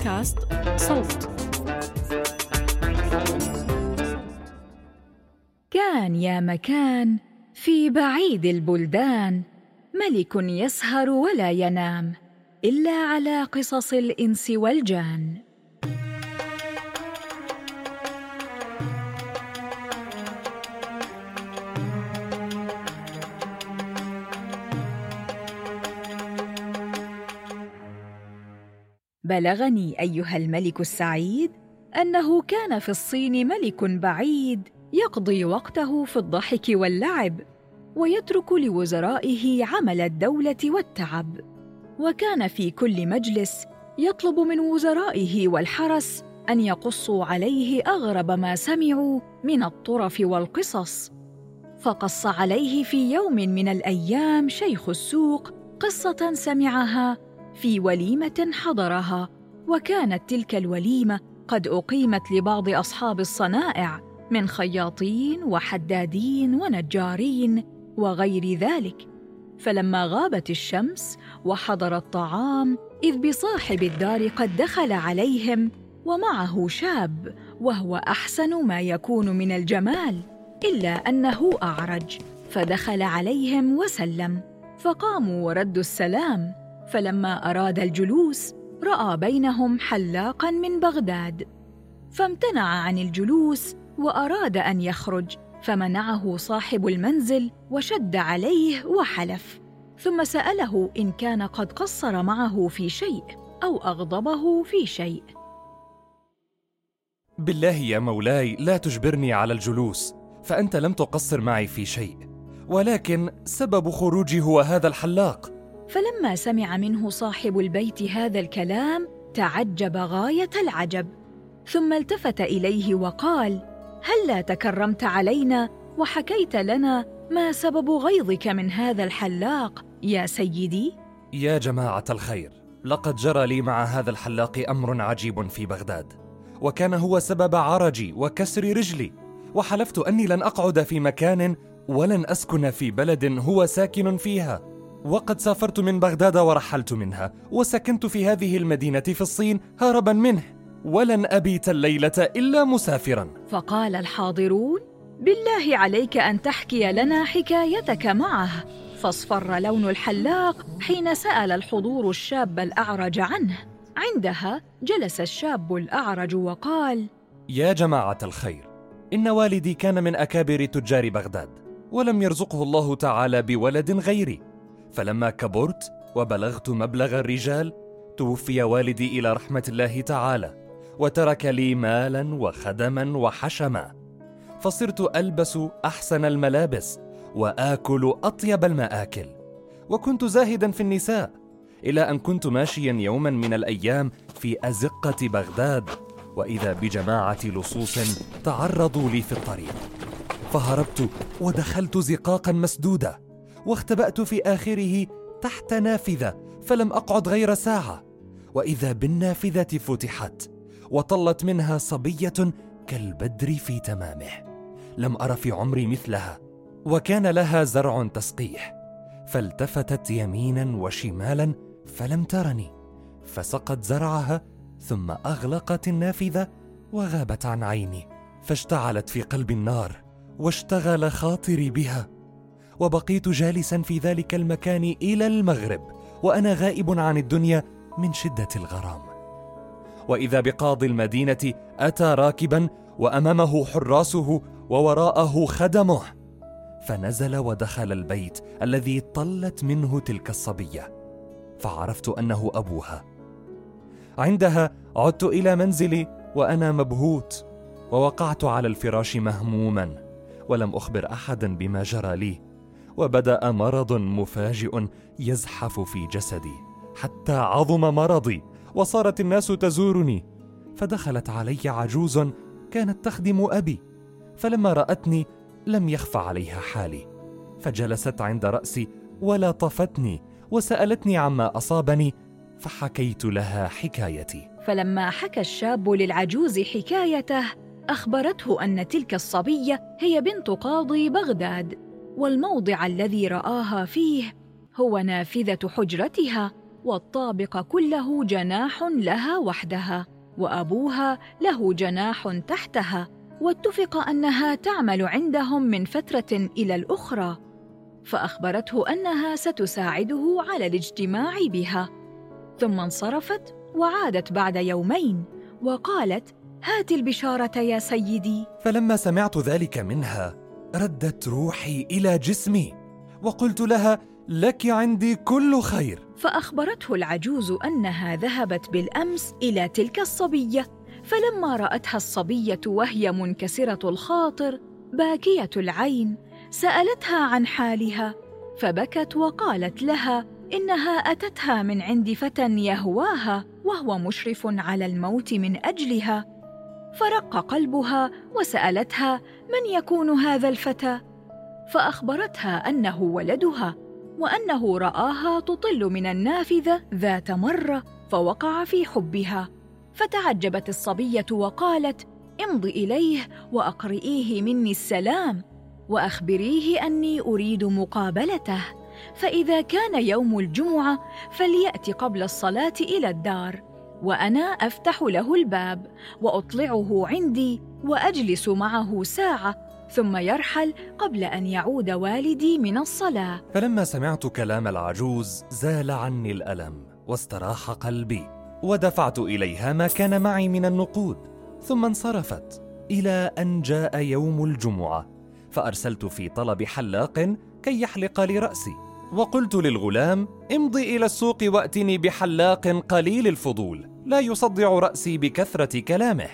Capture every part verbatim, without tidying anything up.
بودكاست صوت. كان يا مكان في بعيد البلدان ملك يسهر ولا ينام إلا على قصص الإنس والجان. بلغني أيها الملك السعيد أنه كان في الصين ملك بعيد يقضي وقته في الضحك واللعب، ويترك لوزرائه عمل الدولة والتعب. وكان في كل مجلس يطلب من وزرائه والحرس أن يقصوا عليه أغرب ما سمعوا من الطرف والقصص. فقص عليه في يوم من الأيام شيخ السوق قصة سمعها في وليمة حضرها، وكانت تلك الوليمة قد أقيمت لبعض أصحاب الصنائع من خياطين وحدادين ونجارين وغير ذلك. فلما غابت الشمس وحضر الطعام، إذ بصاحب الدار قد دخل عليهم ومعه شاب وهو أحسن ما يكون من الجمال، إلا أنه أعرج، فدخل عليهم وسلم، فقاموا وردوا السلام. فلما أراد الجلوس رأى بينهم حلاقاً من بغداد، فامتنع عن الجلوس وأراد أن يخرج، فمنعه صاحب المنزل وشد عليه وحلف، ثم سأله إن كان قد قصر معه في شيء أو أغضبه في شيء. بالله يا مولاي لا تجبرني على الجلوس، فأنت لم تقصر معي في شيء، ولكن سبب خروجي هو هذا الحلاق. فلما سمع منه صاحب البيت هذا الكلام تعجب غاية العجب، ثم التفت إليه وقال: هلّا تكرمت علينا وحكيت لنا ما سبب غيظك من هذا الحلاق يا سيدي؟ يا جماعة الخير، لقد جرى لي مع هذا الحلاق أمر عجيب في بغداد، وكان هو سبب عرجي وكسر رجلي، وحلفت أني لن أقعد في مكان ولن أسكن في بلد هو ساكن فيها، وقد سافرت من بغداد ورحلت منها، وسكنت في هذه المدينة في الصين هربا منه، ولن أبيت الليلة إلا مسافرا. فقال الحاضرون: بالله عليك أن تحكي لنا حكايتك معه. فاصفر لون الحلاق حين سأل الحضور الشاب الأعرج عنه. عندها جلس الشاب الأعرج وقال: يا جماعة الخير، إن والدي كان من أكابر تجار بغداد، ولم يرزقه الله تعالى بولد غيري، فلما كبرت وبلغت مبلغ الرجال توفي والدي إلى رحمة الله تعالى، وترك لي مالا وخدما وحشما، فصرت ألبس أحسن الملابس وآكل أطيب المآكل، وكنت زاهدا في النساء، إلى أن كنت ماشيا يوما من الأيام في أزقة بغداد، وإذا بجماعة لصوص تعرضوا لي في الطريق، فهربت ودخلت زقاقا مسدودة، واختبأت في آخره تحت نافذة، فلم أقعد غير ساعة، وإذا بالنافذة فتحت وطلت منها صبية كالبدر في تمامه، لم أر في عمري مثلها، وكان لها زرع تسقيح، فالتفتت يمينا وشمالا فلم ترني، فسقت زرعها ثم أغلقت النافذة وغابت عن عيني، فاشتعلت في قلبي النار واشتغل خاطري بها، وبقيت جالسا في ذلك المكان إلى المغرب وأنا غائب عن الدنيا من شدة الغرام. وإذا بقاضي المدينة أتى راكبا وأمامه حراسه ووراءه خدمه، فنزل ودخل البيت الذي طلت منه تلك الصبية، فعرفت أنه أبوها. عندها عدت إلى منزلي وأنا مبهوت، ووقعت على الفراش مهموما، ولم أخبر أحدا بما جرى لي، وبدأ مرض مفاجئ يزحف في جسدي حتى عظم مرضي، وصارت الناس تزورني، فدخلت علي عجوز كانت تخدم أبي، فلما رأتني لم يخف عليها حالي، فجلست عند رأسي ولطفتني وسألتني عما أصابني، فحكيت لها حكايتي. فلما حكى الشاب للعجوز حكايته أخبرته أن تلك الصبية هي بنت قاضي بغداد، والموضع الذي رآها فيه هو نافذة حجرتها، والطابق كله جناح لها وحدها، وأبوها له جناح تحتها، واتفق أنها تعمل عندهم من فترة إلى الأخرى. فأخبرته أنها ستساعده على الاجتماع بها، ثم انصرفت وعادت بعد يومين وقالت: هات البشارة يا سيدي. فلما سمعت ذلك منها ردت روحي إلى جسمي، وقلت لها: لك عندي كل خير. فأخبرته العجوز أنها ذهبت بالأمس إلى تلك الصبية، فلما رأتها الصبية وهي منكسرة الخاطر باكية العين سألتها عن حالها، فبكت وقالت لها إنها أتتها من عند فتى يهواها وهو مشرف على الموت من أجلها، فرق قلبها وسألتها من يكون هذا الفتى، فأخبرتها أنه ولدها، وأنه رآها تطل من النافذة ذات مرة فوقع في حبها. فتعجبت الصبية وقالت: امضي إليه وأقرئيه مني السلام، وأخبريه أني أريد مقابلته، فإذا كان يوم الجمعة فليأت قبل الصلاة إلى الدار، وأنا أفتح له الباب وأطلعه عندي وأجلس معه ساعة، ثم يرحل قبل أن يعود والدي من الصلاة. فلما سمعت كلام العجوز زال عني الألم واستراح قلبي، ودفعت إليها ما كان معي من النقود، ثم انصرفت إلى أن جاء يوم الجمعة، فأرسلت في طلب حلاق كي يحلق لي رأسي، وقلت للغلام: امضي إلى السوق وأتني بحلاق قليل الفضول لا يصدع رأسي بكثرة كلامه.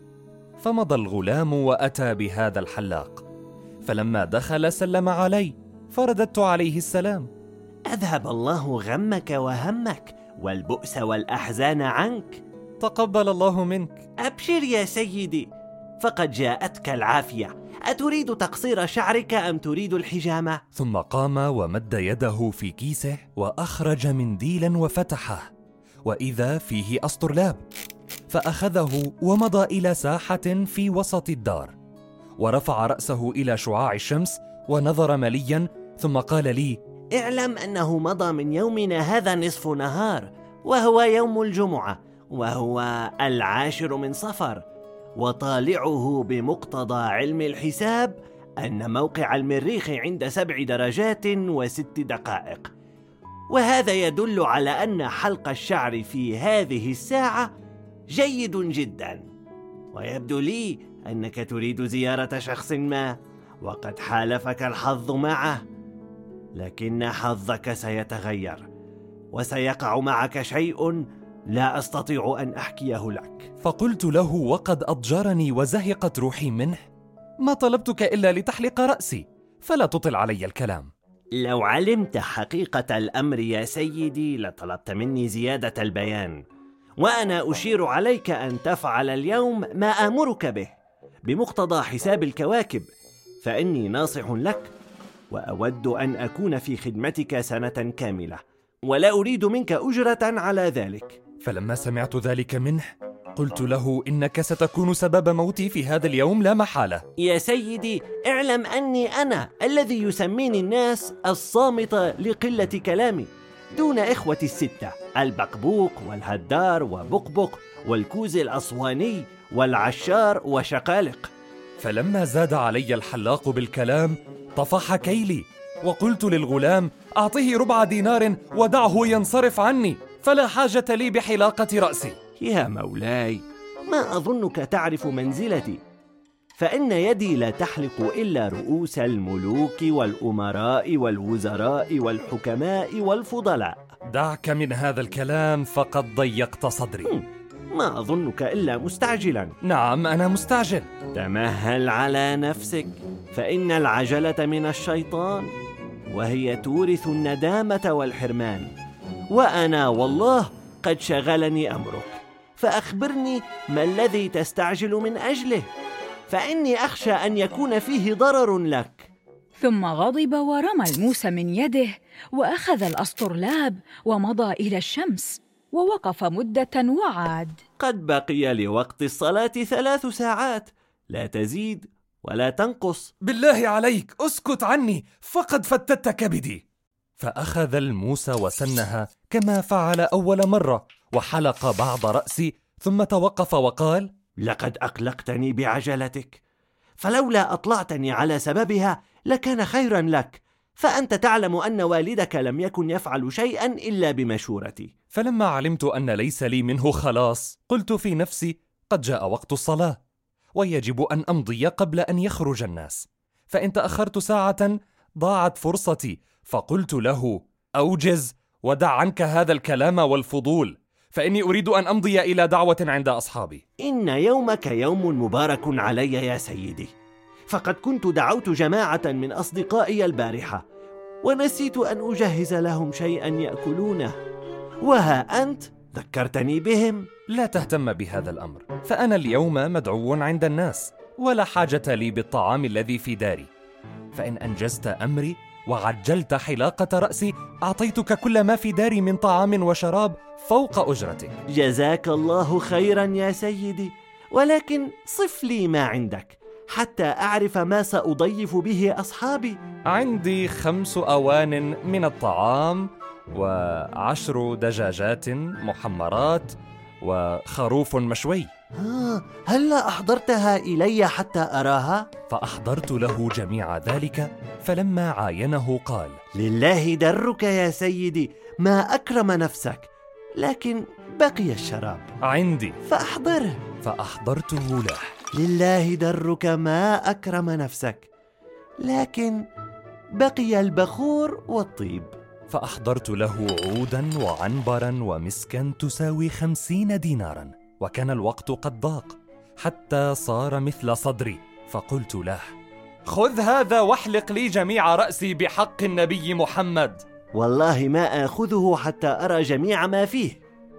فمضى الغلام وأتى بهذا الحلاق، فلما دخل سلم علي، فرددت عليه السلام: أذهب الله غمك وهمك والبؤس والأحزان عنك. تقبل الله منك. أبشر يا سيدي، فقد جاءتك العافية. أتريد تقصير شعرك أم تريد الحجامة؟ ثم قام ومد يده في كيسه وأخرج منديلا وفتحه، وإذا فيه أسطرلاب، فأخذه ومضى إلى ساحة في وسط الدار، ورفع رأسه إلى شعاع الشمس ونظر مليا، ثم قال لي: اعلم أنه مضى من يومنا هذا نصف نهار، وهو يوم الجمعة، وهو العاشر من صفر، وطالعه بمقتضى علم الحساب أن موقع المريخ عند سبع درجات وست دقائق، وهذا يدل على أن حلق الشعر في هذه الساعة جيد جدا. ويبدو لي أنك تريد زيارة شخص ما، وقد حالفك الحظ معه، لكن حظك سيتغير، وسيقع معك شيء لا أستطيع أن أحكيه لك. فقلت له وقد أضجرني وزهقت روحي منه: ما طلبتك إلا لتحلق رأسي، فلا تطل علي الكلام. لو علمت حقيقة الأمر يا سيدي لطلبت مني زيادة البيان، وأنا أشير عليك أن تفعل اليوم ما آمرك به بمقتضى حساب الكواكب، فإني ناصح لك، وأود أن أكون في خدمتك سنة كاملة، ولا أريد منك أجرة على ذلك. فلما سمعت ذلك منه قلت له: إنك ستكون سبب موتي في هذا اليوم لا محالة. يا سيدي، اعلم أني أنا الذي يسميني الناس الصامت لقلة كلامي، دون إخوتي الستة: البقبوق والهدار وبقبق والكوز الأصواني والعشار وشقالق. فلما زاد علي الحلاق بالكلام طفح كيلي، وقلت للغلام: أعطيه ربع دينار ودعه ينصرف عني، فلا حاجة لي بحلاقة رأسي. يا مولاي، ما أظنك تعرف منزلتي، فإن يدي لا تحلق إلا رؤوس الملوك والأمراء والوزراء والحكماء والفضلاء. دعك من هذا الكلام فقد ضيقت صدري. ما أظنك إلا مستعجلا. نعم، أنا مستعجل. تمهل على نفسك، فإن العجلة من الشيطان، وهي تورث الندامة والحرمان، وأنا والله قد شغلني أمرك، فأخبرني ما الذي تستعجل من أجله، فإني أخشى أن يكون فيه ضرر لك. ثم غضب ورمى الموس من يده، وأخذ الأسطرلاب ومضى إلى الشمس، ووقف مدة وعاد. قد بقي لوقت الصلاة ثلاث ساعات، لا تزيد ولا تنقص. بالله عليك اسكت عني، فقد فتت كبدي. فأخذ الموس وسنها كما فعل أول مرة، وحلق بعض رأسي، ثم توقف وقال: لقد أقلقتني بعجلتك، فلولا أطلعتني على سببها لكان خيرا لك، فأنت تعلم أن والدك لم يكن يفعل شيئا إلا بمشورتي. فلما علمت أن ليس لي منه خلاص، قلت في نفسي: قد جاء وقت الصلاة، ويجب أن أمضي قبل أن يخرج الناس، فإن تأخرت ساعة ضاعت فرصتي. فقلت له: أوجز ودع عنك هذا الكلام والفضول، فإني أريد أن أمضي إلى دعوة عند أصحابي. إن يومك يوم مبارك علي يا سيدي، فقد كنت دعوت جماعة من أصدقائي البارحة ونسيت أن أجهز لهم شيئا يأكلونه، وها أنت ذكرتني بهم. لا تهتم بهذا الأمر، فأنا اليوم مدعو عند الناس، ولا حاجة لي بالطعام الذي في داري، فإن أنجزت أمري وعجلت حلاقة رأسي أعطيتك كل ما في داري من طعام وشراب فوق أجرتك. جزاك الله خيرا يا سيدي، ولكن صف لي ما عندك حتى أعرف ما سأضيف به أصحابي. عندي خمس أوان من الطعام، وعشر دجاجات محمرات، وخروف مشوي. آه، هلّا أحضرتها إلي حتى أراها؟ فأحضرت له جميع ذلك، فلما عاينه قال: لله درك يا سيدي، ما أكرم نفسك، لكن بقي الشراب عندي فأحضره. فأحضرته له. لله درك، ما أكرم نفسك، لكن بقي البخور والطيب. فأحضرت له عودا وعنبرا ومسكا تساوي خمسين دينارا، وكان الوقت قد ضاق حتى صار مثل صدري، فقلت له: خذ هذا واحلق لي جميع رأسي بحق النبي محمد. والله ما آخذه حتى أرى جميع ما فيه.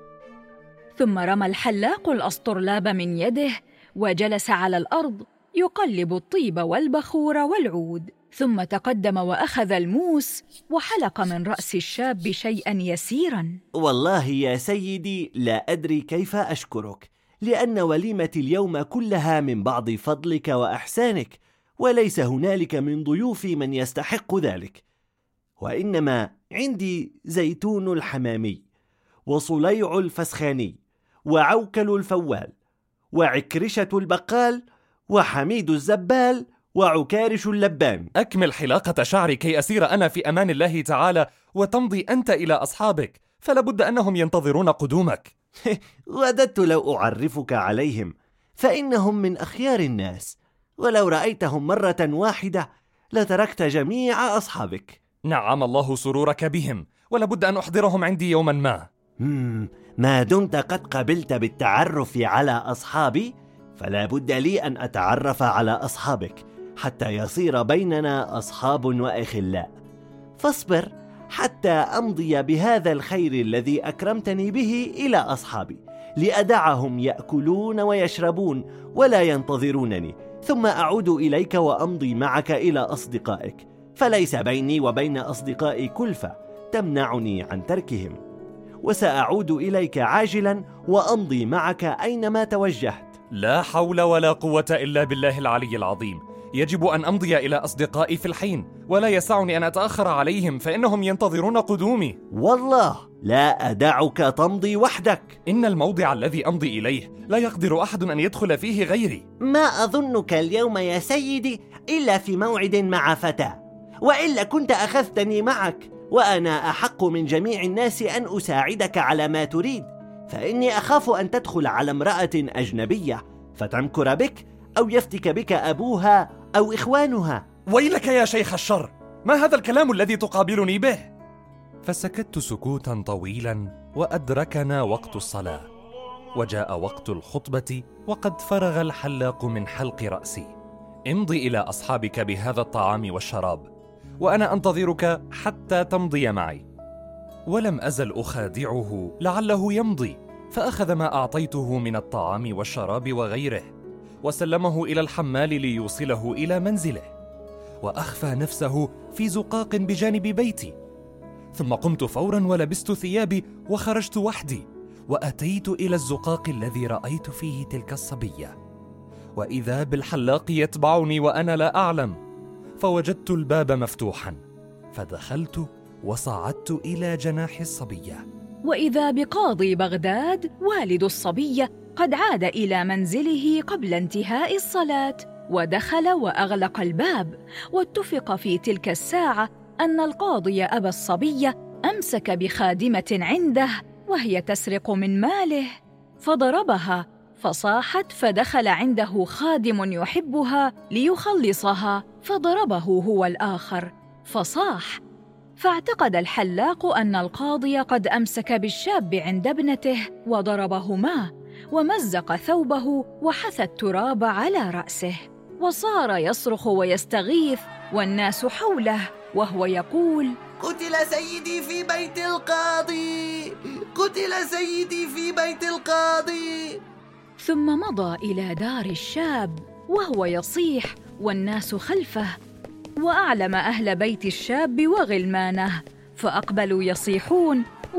ثم رمى الحلاق الأسطرلاب من يده وجلس على الأرض يقلب الطيب والبخور والعود، ثم تقدم وأخذ الموس وحلق من رأس الشاب شيئا يسيرا. والله يا سيدي لا أدري كيف أشكرك، لأن وليمتي اليوم كلها من بعض فضلك وأحسانك، وليس هنالك من ضيوفي من يستحق ذلك، وإنما عندي زيتون الحمامي وصليع الفسخاني وعوكل الفوال وعكرشة البقال وحميد الزبال وعكارش اللبان. أكمل حلاقة شعري كي أسير أنا في أمان الله تعالى، وتمضي أنت إلى أصحابك، فلابد أنهم ينتظرون قدومك. وددت لو أعرفك عليهم، فإنهم من أخيار الناس، ولو رأيتهم مرة واحدة لتركت جميع أصحابك. نعم الله سرورك بهم، ولابد أن أحضرهم عندي يوما ما. مم. ما دمت قد قبلت بالتعرف على أصحابي، فلا بد لي أن أتعرف على أصحابك حتى يصير بيننا أصحاب وأخلاء، فاصبر حتى أمضي بهذا الخير الذي أكرمتني به إلى أصحابي، لأدعهم يأكلون ويشربون ولا ينتظرونني، ثم أعود إليك وأمضي معك إلى أصدقائك، فليس بيني وبين أصدقائي كلفة تمنعني عن تركهم، وسأعود إليك عاجلا وأمضي معك أينما توجهت. لا حول ولا قوة إلا بالله العلي العظيم. يجب أن أمضي إلى أصدقائي في الحين، ولا يسعني أن أتأخر عليهم، فإنهم ينتظرون قدومي. والله لا أدعك تمضي وحدك. إن الموضع الذي أمضي إليه لا يقدر أحد أن يدخل فيه غيري. ما أظنك اليوم يا سيدي إلا في موعد مع فتاة، وإلا كنت أخذتني معك، وأنا أحق من جميع الناس أن أساعدك على ما تريد، فإني أخاف أن تدخل على امرأة أجنبية فتمكر بك أو يفتك بك أبوها أو إخوانها. ويلك يا شيخ الشر، ما هذا الكلام الذي تقابلني به؟ فسكت سكوتا طويلا، وأدركنا وقت الصلاة، وجاء وقت الخطبة، وقد فرغ الحلاق من حلق رأسي. امضي إلى أصحابك بهذا الطعام والشراب، وأنا أنتظرك حتى تمضي معي. ولم أزل أخادعه لعله يمضي، فأخذ ما أعطيته من الطعام والشراب وغيره، وسلمه إلى الحمال ليوصله إلى منزله، وأخفى نفسه في زقاق بجانب بيتي. ثم قمت فورا ولبست ثيابي وخرجت وحدي، وأتيت إلى الزقاق الذي رأيت فيه تلك الصبية، وإذا بالحلاق يتبعني وأنا لا أعلم، فوجدت الباب مفتوحا، فدخلت وصعدت إلى جناح الصبية. وإذا بقاضي بغداد والد الصبية قد عاد إلى منزله قبل انتهاء الصلاة، ودخل وأغلق الباب. واتفق في تلك الساعة أن القاضي أبا الصبية أمسك بخادمة عنده وهي تسرق من ماله، فضربها فصاحت، فدخل عنده خادم يحبها ليخلصها فضربه هو الآخر فصاح. فاعتقد الحلاق أن القاضي قد أمسك بالشاب عند ابنته وضربهما، ومزق ثوبه وحث التراب على رأسه، وصار يصرخ ويستغيث والناس حوله وهو يقول: قتل سيدي في بيت القاضي، قتل سيدي في بيت القاضي. ثم مضى إلى دار الشاب وهو يصيح والناس خلفه، وأعلم أهل بيت الشاب وغلمانه، فأقبلوا يصيحون: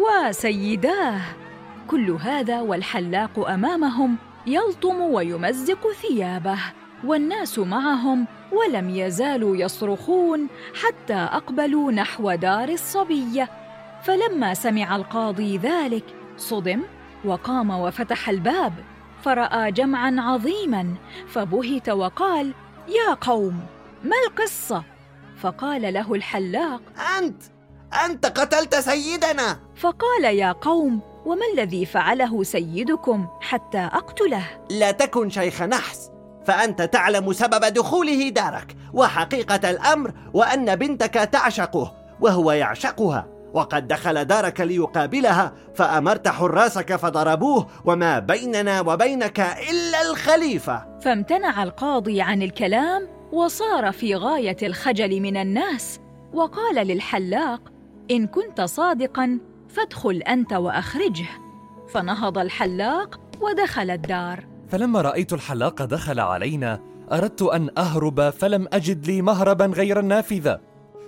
وسيداه! كل هذا والحلاق أمامهم يلطم ويمزق ثيابه، والناس معهم، ولم يزالوا يصرخون حتى أقبلوا نحو دار الصبية. فلما سمع القاضي ذلك صدم، وقام وفتح الباب، فرأى جمعاً عظيماً، فبهت وقال: يا قوم، ما القصة؟ فقال له الحلاق: أنت أنت قتلت سيدنا. فقال: يا قوم، وما الذي فعله سيدكم حتى أقتله؟ لا تكن شيخ نحس، فأنت تعلم سبب دخوله دارك وحقيقة الأمر، وأن بنتك تعشقه وهو يعشقها، وقد دخل دارك ليقابلها، فأمرت حراسك فضربوه، وما بيننا وبينك إلا الخليفة. فامتنع القاضي عن الكلام وصار في غاية الخجل من الناس، وقال للحلاق: إن كنت صادقاً فادخل أنت وأخرجه. فنهض الحلاق ودخل الدار. فلما رأيت الحلاق دخل علينا أردت أن أهرب، فلم أجد لي مهربا غير النافذة،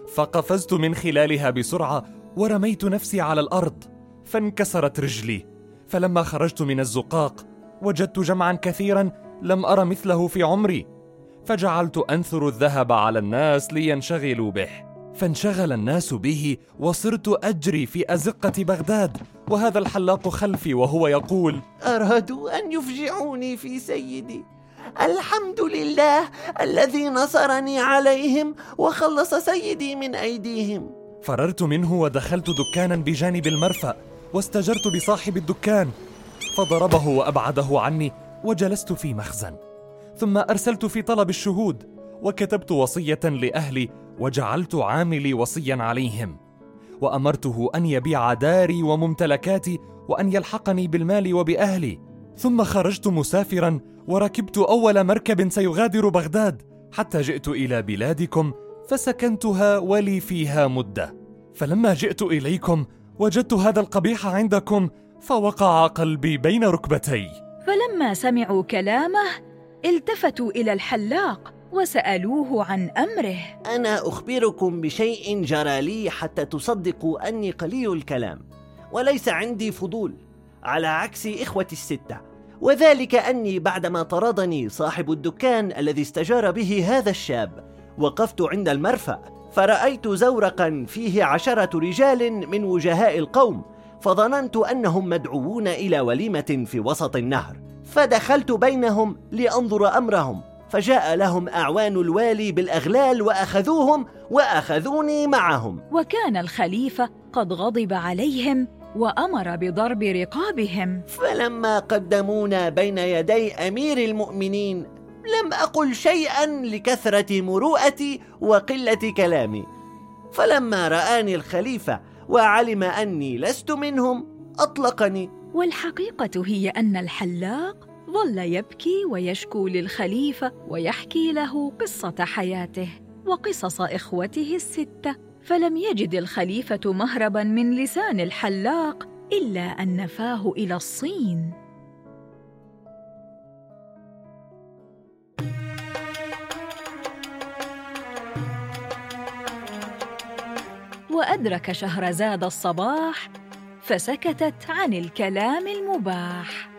فقفزت من خلالها بسرعة ورميت نفسي على الأرض، فانكسرت رجلي. فلما خرجت من الزقاق وجدت جمعا كثيرا لم أر مثله في عمري، فجعلت أنثر الذهب على الناس لينشغلوا به، فانشغل الناس به، وصرت أجري في أزقة بغداد، وهذا الحلاق خلفي وهو يقول: أرادوا أن يفجعوني في سيدي، الحمد لله الذي نصرني عليهم وخلص سيدي من أيديهم. فررت منه ودخلت دكانا بجانب المرفأ، واستجرت بصاحب الدكان، فضربه وأبعده عني، وجلست في مخزن. ثم أرسلت في طلب الشهود، وكتبت وصية لأهلي، وجعلت عاملي وصيا عليهم، وأمرته أن يبيع داري وممتلكاتي، وأن يلحقني بالمال وبأهلي. ثم خرجت مسافرا، وركبت أول مركب سيغادر بغداد، حتى جئت إلى بلادكم فسكنتها ولي فيها مدة. فلما جئت إليكم وجدت هذا القبيح عندكم، فوقع قلبي بين ركبتي. فلما سمعوا كلامه التفتوا إلى الحلاق وسألوه عن أمره. أنا أخبركم بشيء جرى لي حتى تصدقوا أني قليل الكلام، وليس عندي فضول على عكس إخوتي الستة، وذلك أني بعدما طردني صاحب الدكان الذي استجار به هذا الشاب، وقفت عند المرفأ فرأيت زورقا فيه عشرة رجال من وجهاء القوم، فظننت أنهم مدعوون إلى وليمة في وسط النهر، فدخلت بينهم لأنظر أمرهم، فجاء لهم أعوان الوالي بالأغلال وأخذوهم وأخذوني معهم. وكان الخليفة قد غضب عليهم وأمر بضرب رقابهم. فلما قدمونا بين يدي أمير المؤمنين لم أقل شيئا لكثرة مروءتي وقلة كلامي، فلما رآني الخليفة وعلم أني لست منهم أطلقني. والحقيقة هي أن الحلاق ظل يبكي ويشكو للخليفة ويحكي له قصة حياته وقصص إخوته الستة، فلم يجد الخليفة مهربا من لسان الحلاق إلا أن نفاه إلى الصين. وأدرك شهرزاد الصباح فسكتت عن الكلام المباح.